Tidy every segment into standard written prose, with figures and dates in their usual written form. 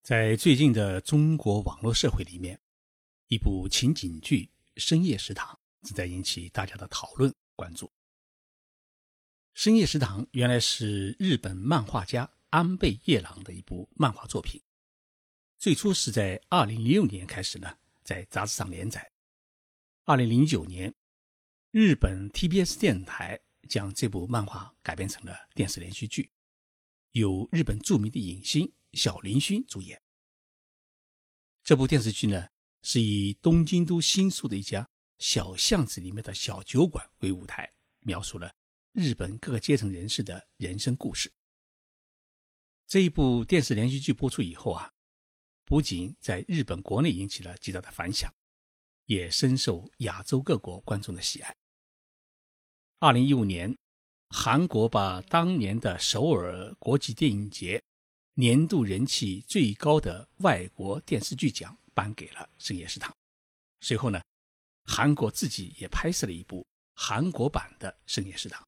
在最近的中国网络社会里面，一部情景剧《深夜食堂》正在引起大家的讨论关注。深夜食堂原来是日本漫画家安倍夜郎的一部漫画作品，最初是在2006年开始呢，在杂志上连载。2009年，日本 TBS 电台将这部漫画改编成了电视连续剧，由日本著名的影星小林薰主演。这部电视剧呢，是以东京都新宿的一家小巷子里面的小酒馆为舞台，描述了日本各个阶层人士的人生故事。这一部电视连续剧播出以后啊，不仅在日本国内引起了极大的反响，也深受亚洲各国观众的喜爱。2015年，韩国把当年的首尔国际电影节年度人气最高的外国电视剧奖颁给了深夜食堂。随后呢，韩国自己也拍摄了一部韩国版的深夜食堂。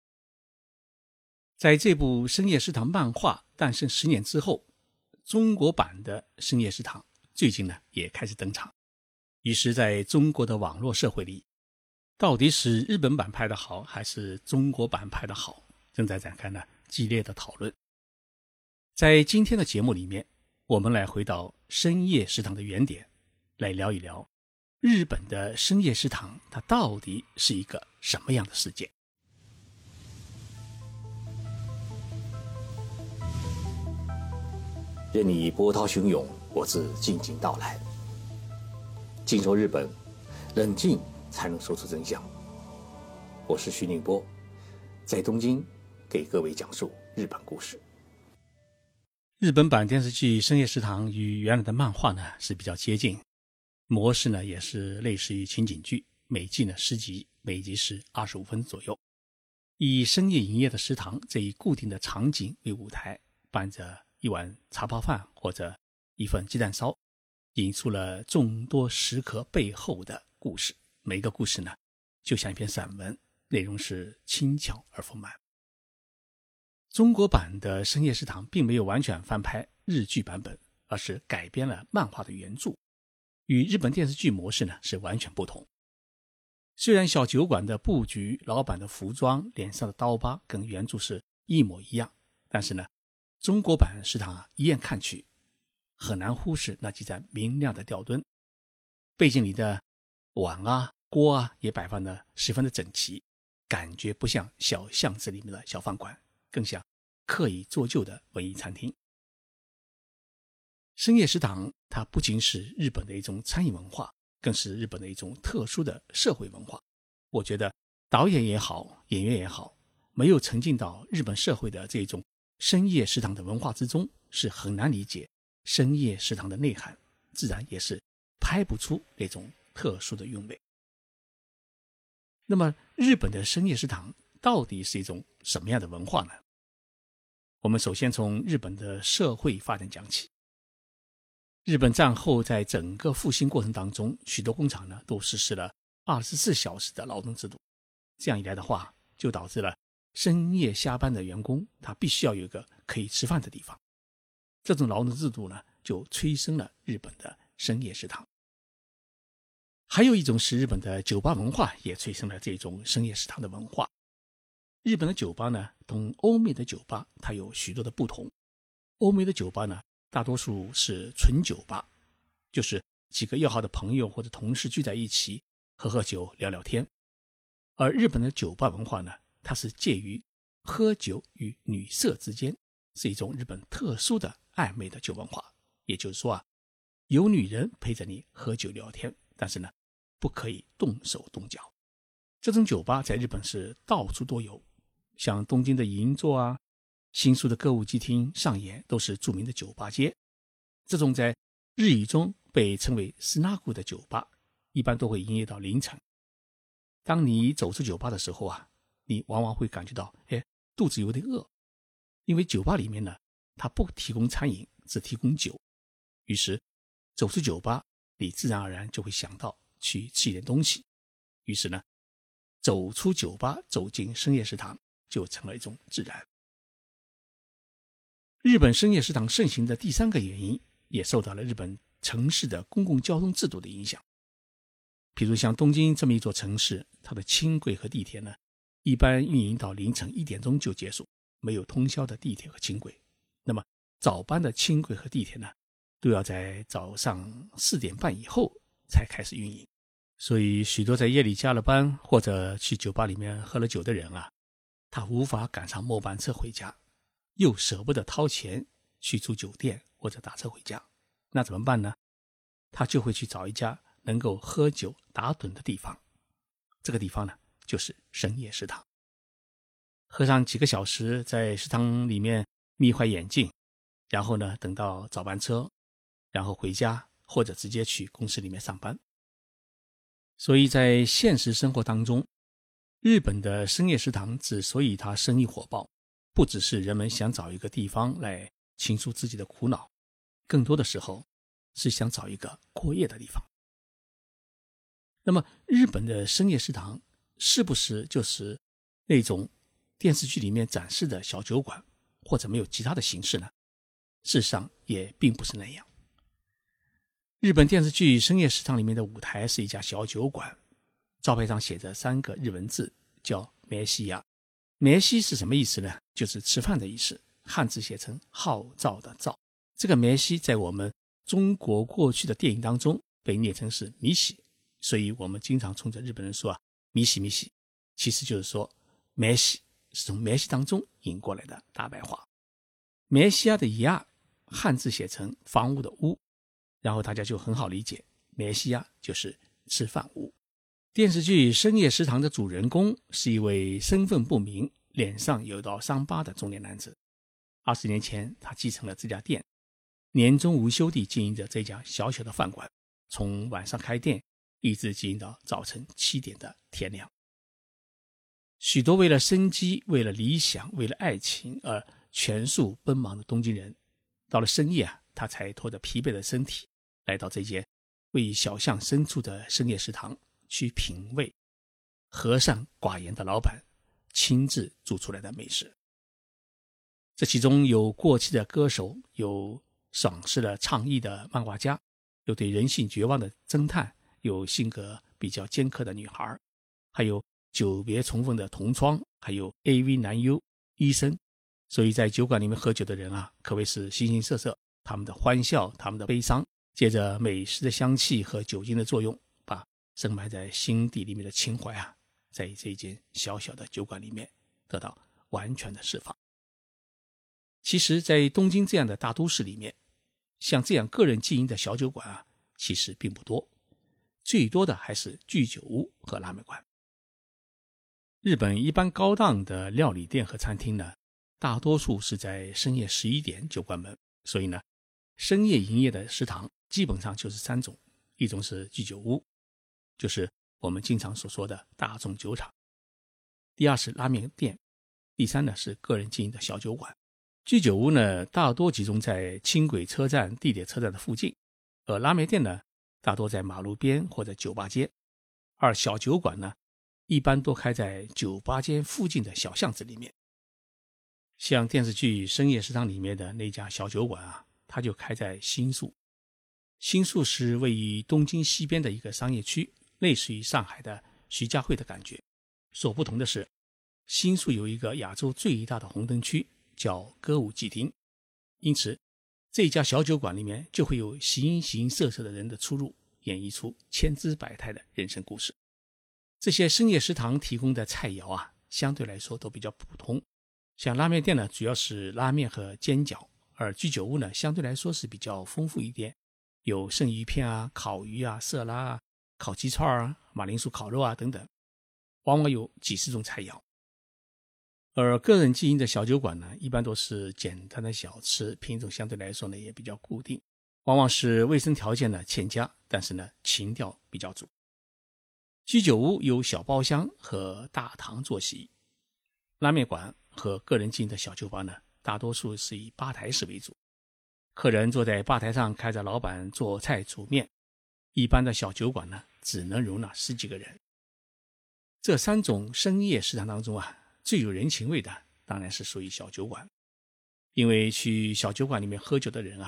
在这部深夜食堂漫画诞生10年之后，中国版的深夜食堂最近呢也开始登场。于是在中国的网络社会里，到底是日本版拍得好还是中国版拍得好，正在展开呢激烈的讨论。在今天的节目里面，我们来回到深夜食堂的原点，来聊一聊日本的深夜食堂它到底是一个什么样的世界。 任你波涛汹涌，我自静静到来。静说日本，冷静才能说出真相。我是徐宁波，在东京给各位讲述日本故事。 日本版电视剧《深夜食堂》与原来的漫画呢是比较接近，模式呢也是类似于情景剧，每季呢10集，每集是25分左右，以深夜营业的食堂这一固定的场景为舞台，伴着一碗茶泡饭或者一份鸡蛋烧，引出了众多食客背后的故事。每个故事呢就像一篇散文，内容是轻巧而丰满。中国版的深夜食堂并没有完全翻拍日剧版本，而是改编了漫画的原著，与日本电视剧模式呢是完全不同。虽然小酒馆的布局、老板的服装、脸上的刀疤跟原著是一模一样，但是呢，中国版食堂一眼看去很难忽视那几盏明亮的吊灯，背景里的碗啊、锅啊也摆放得十分的整齐，感觉不像小巷子里面的小饭馆，更像刻意做旧的文艺餐厅。深夜食堂它不仅是日本的一种餐饮文化，更是日本的一种特殊的社会文化。我觉得导演也好，演员也好，没有沉浸到日本社会的这种深夜食堂的文化之中，是很难理解深夜食堂的内涵，自然也是拍不出那种特殊的韵味。那么日本的深夜食堂到底是一种什么样的文化呢？我们首先从日本的社会发展讲起。日本战后在整个复兴过程当中，许多工厂呢都实施了24小时的劳动制度，这样一来的话，就导致了深夜下班的员工他必须要有一个可以吃饭的地方。这种劳动制度呢，就催生了日本的深夜食堂。还有一种是日本的酒吧文化也催生了这种深夜食堂的文化。日本的酒吧呢，同欧美的酒吧它有许多的不同。欧美的酒吧呢，大多数是纯酒吧，就是几个要好的朋友或者同事聚在一起喝喝酒聊聊天。而日本的酒吧文化呢，它是介于喝酒与女色之间，是一种日本特殊的暧昧的酒文化。也就是说啊，有女人陪着你喝酒聊天，但是呢，不可以动手动脚。这种酒吧在日本是到处都有，像东京的银座啊、新宿的歌舞伎町、上野都是著名的酒吧街。这种在日语中被称为スナック的酒吧，一般都会营业到凌晨。当你走出酒吧的时候啊，你往往会感觉到肚子有点饿，因为酒吧里面呢，它不提供餐饮，只提供酒。于是走出酒吧，你自然而然就会想到去吃一点东西。于是呢，走出酒吧走进深夜食堂就成了一种自然。日本深夜食堂盛行的第三个原因也受到了日本城市的公共交通制度的影响。比如像东京这么一座城市，它的轻轨和地铁呢，一般运营到凌晨1点钟就结束，没有通宵的地铁和轻轨。那么早班的轻轨和地铁呢，都要在早上4点半以后才开始运营。所以许多在夜里加了班或者去酒吧里面喝了酒的人啊，他无法赶上末班车回家，又舍不得掏钱去住酒店或者打车回家，那怎么办呢？他就会去找一家能够喝酒打盹的地方，这个地方呢，就是深夜食堂。喝上几个小时，在食堂里面眯怀眼镜，然后呢，等到早班车，然后回家或者直接去公司里面上班。所以在现实生活当中，日本的深夜食堂之所以它生意火爆，不只是人们想找一个地方来倾诉自己的苦恼，更多的时候是想找一个过夜的地方。那么日本的深夜食堂是不是就是那种电视剧里面展示的小酒馆，或者没有其他的形式呢？事实上也并不是那样。日本电视剧《深夜食堂》里面的舞台是一家小酒馆，招牌上写着3个日文字，叫梅西亚。梅西是什么意思呢？就是吃饭的意思，汉字写成号召的召。这个梅西在我们中国过去的电影当中被念成是米喜，所以我们经常冲着日本人说米喜米喜，其实就是说梅西是从梅西当中引过来的大白话。梅西亚的亚汉字写成房屋的屋，然后大家就很好理解，梅西亚就是吃饭屋。电视剧《深夜食堂》的主人公是一位身份不明、脸上有一道伤疤的中年男子。20年前，他继承了这家店，年终无休地经营着这家小小的饭馆，从晚上开店一直经营到早晨7点的天亮。许多为了生计、为了理想、为了爱情而全速奔忙的东京人，到了深夜他才拖着疲惫的身体来到这间位于小巷深处的深夜食堂，去品味和善寡言的老板亲自煮出来的美食。这其中有过气的歌手，有爽适的倡议的漫画家，有对人性绝望的侦探，有性格比较尖刻的女孩，还有久别重逢的同窗，还有 AV 男优、医生。所以在酒馆里面喝酒的人啊，可谓是形形色色，他们的欢笑，他们的悲伤，借着美食的香气和酒精的作用，把深埋在心底里面的情怀啊，在这一间小小的酒馆里面得到完全的释放。其实在东京这样的大都市里面，像这样个人经营的小酒馆啊，其实并不多，最多的还是居酒屋和拉面馆。日本一般高档的料理店和餐厅呢，大多数是在深夜11点就关门，所以呢，深夜营业的食堂基本上就是3种，一种是居酒屋，就是我们经常所说的大众酒厂；第二是拉面店；第三呢是个人经营的小酒馆。居酒屋呢，大多集中在轻轨车站、地铁车站的附近，而拉面店呢，大多在马路边或者酒吧街，而小酒馆呢，一般都开在酒吧街附近的小巷子里面。像电视剧《深夜食堂》里面的那家小酒馆啊，它就开在新宿。新宿是位于东京西边的一个商业区，类似于上海的徐家汇的感觉。所不同的是，新宿有一个亚洲最大的红灯区，叫歌舞伎町，因此这家小酒馆里面就会有形形色色的人的出入，演绎出千姿百态的人生故事。这些深夜食堂提供的菜肴啊，相对来说都比较普通，像拉面店呢，主要是拉面和煎饺，而居酒屋呢，相对来说是比较丰富一点，有生鱼片啊、烤鱼啊、色拉啊、烤鸡串啊、马铃薯烤肉啊等等，往往有几十种菜肴。而个人经营的小酒馆呢，一般都是简单的小吃，品种相对来说呢也比较固定，往往是卫生条件呢欠佳，但是呢情调比较足。居酒屋有小包厢和大堂坐席，拉面馆和个人经营的小酒吧呢，大多数是以吧台式为主，客人坐在吧台上看着老板做菜煮面。一般的小酒馆呢，只能容纳10几个人。这3种深夜食堂当中啊，最有人情味的当然是属于小酒馆，因为去小酒馆里面喝酒的人啊，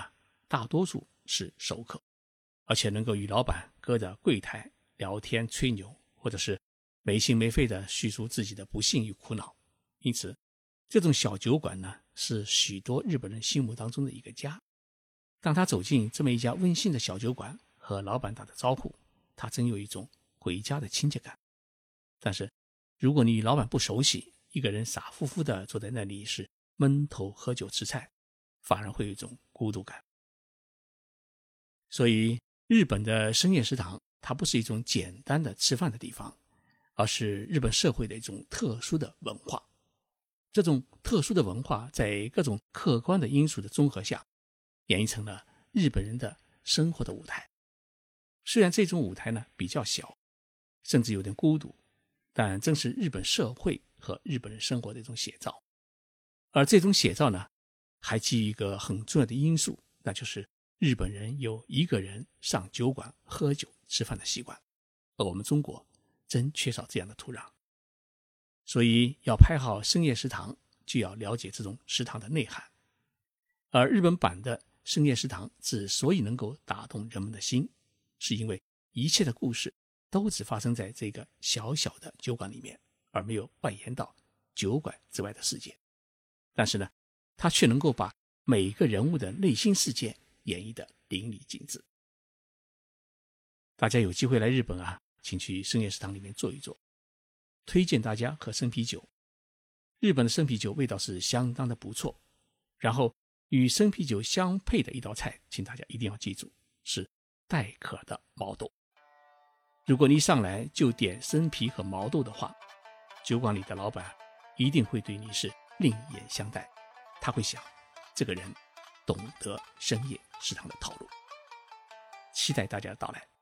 大多数是熟客，而且能够与老板搁着柜台聊天吹牛，或者是没心没肺地叙述自己的不幸与苦恼。因此这种小酒馆呢，是许多日本人心目当中的一个家。当他走进这么一家温馨的小酒馆，和老板打着招呼，他真有一种回家的亲切感。但是如果你与老板不熟悉，一个人傻乎乎地坐在那里是闷头喝酒吃菜，反而会有一种孤独感。所以日本的深夜食堂，它不是一种简单的吃饭的地方，而是日本社会的一种特殊的文化。这种特殊的文化在各种客观的因素的综合下，演绎成了日本人的生活的舞台。虽然这种舞台呢比较小，甚至有点孤独，但正是日本社会和日本人生活的一种写照。而这种写照呢，还基于一个很重要的因素，那就是日本人有一个人上酒馆喝酒吃饭的习惯，而我们中国真缺少这样的土壤。所以要拍好深夜食堂，就要了解这种食堂的内涵。而日本版的深夜食堂之所以能够打动人们的心，是因为一切的故事都只发生在这个小小的酒馆里面，而没有外延到酒馆之外的世界。但是呢，它却能够把每一个人物的内心世界演绎得淋漓尽致。大家有机会来日本啊，请去深夜食堂里面坐一坐，推荐大家喝生啤酒。日本的生啤酒味道是相当的不错，然后与生啤酒相配的一道菜，请大家一定要记住，是带壳的毛豆。如果你一上来就点生啤和毛豆的话，酒馆里的老板一定会对你是另眼相待，他会想，这个人懂得深夜食堂的套路。期待大家的到来。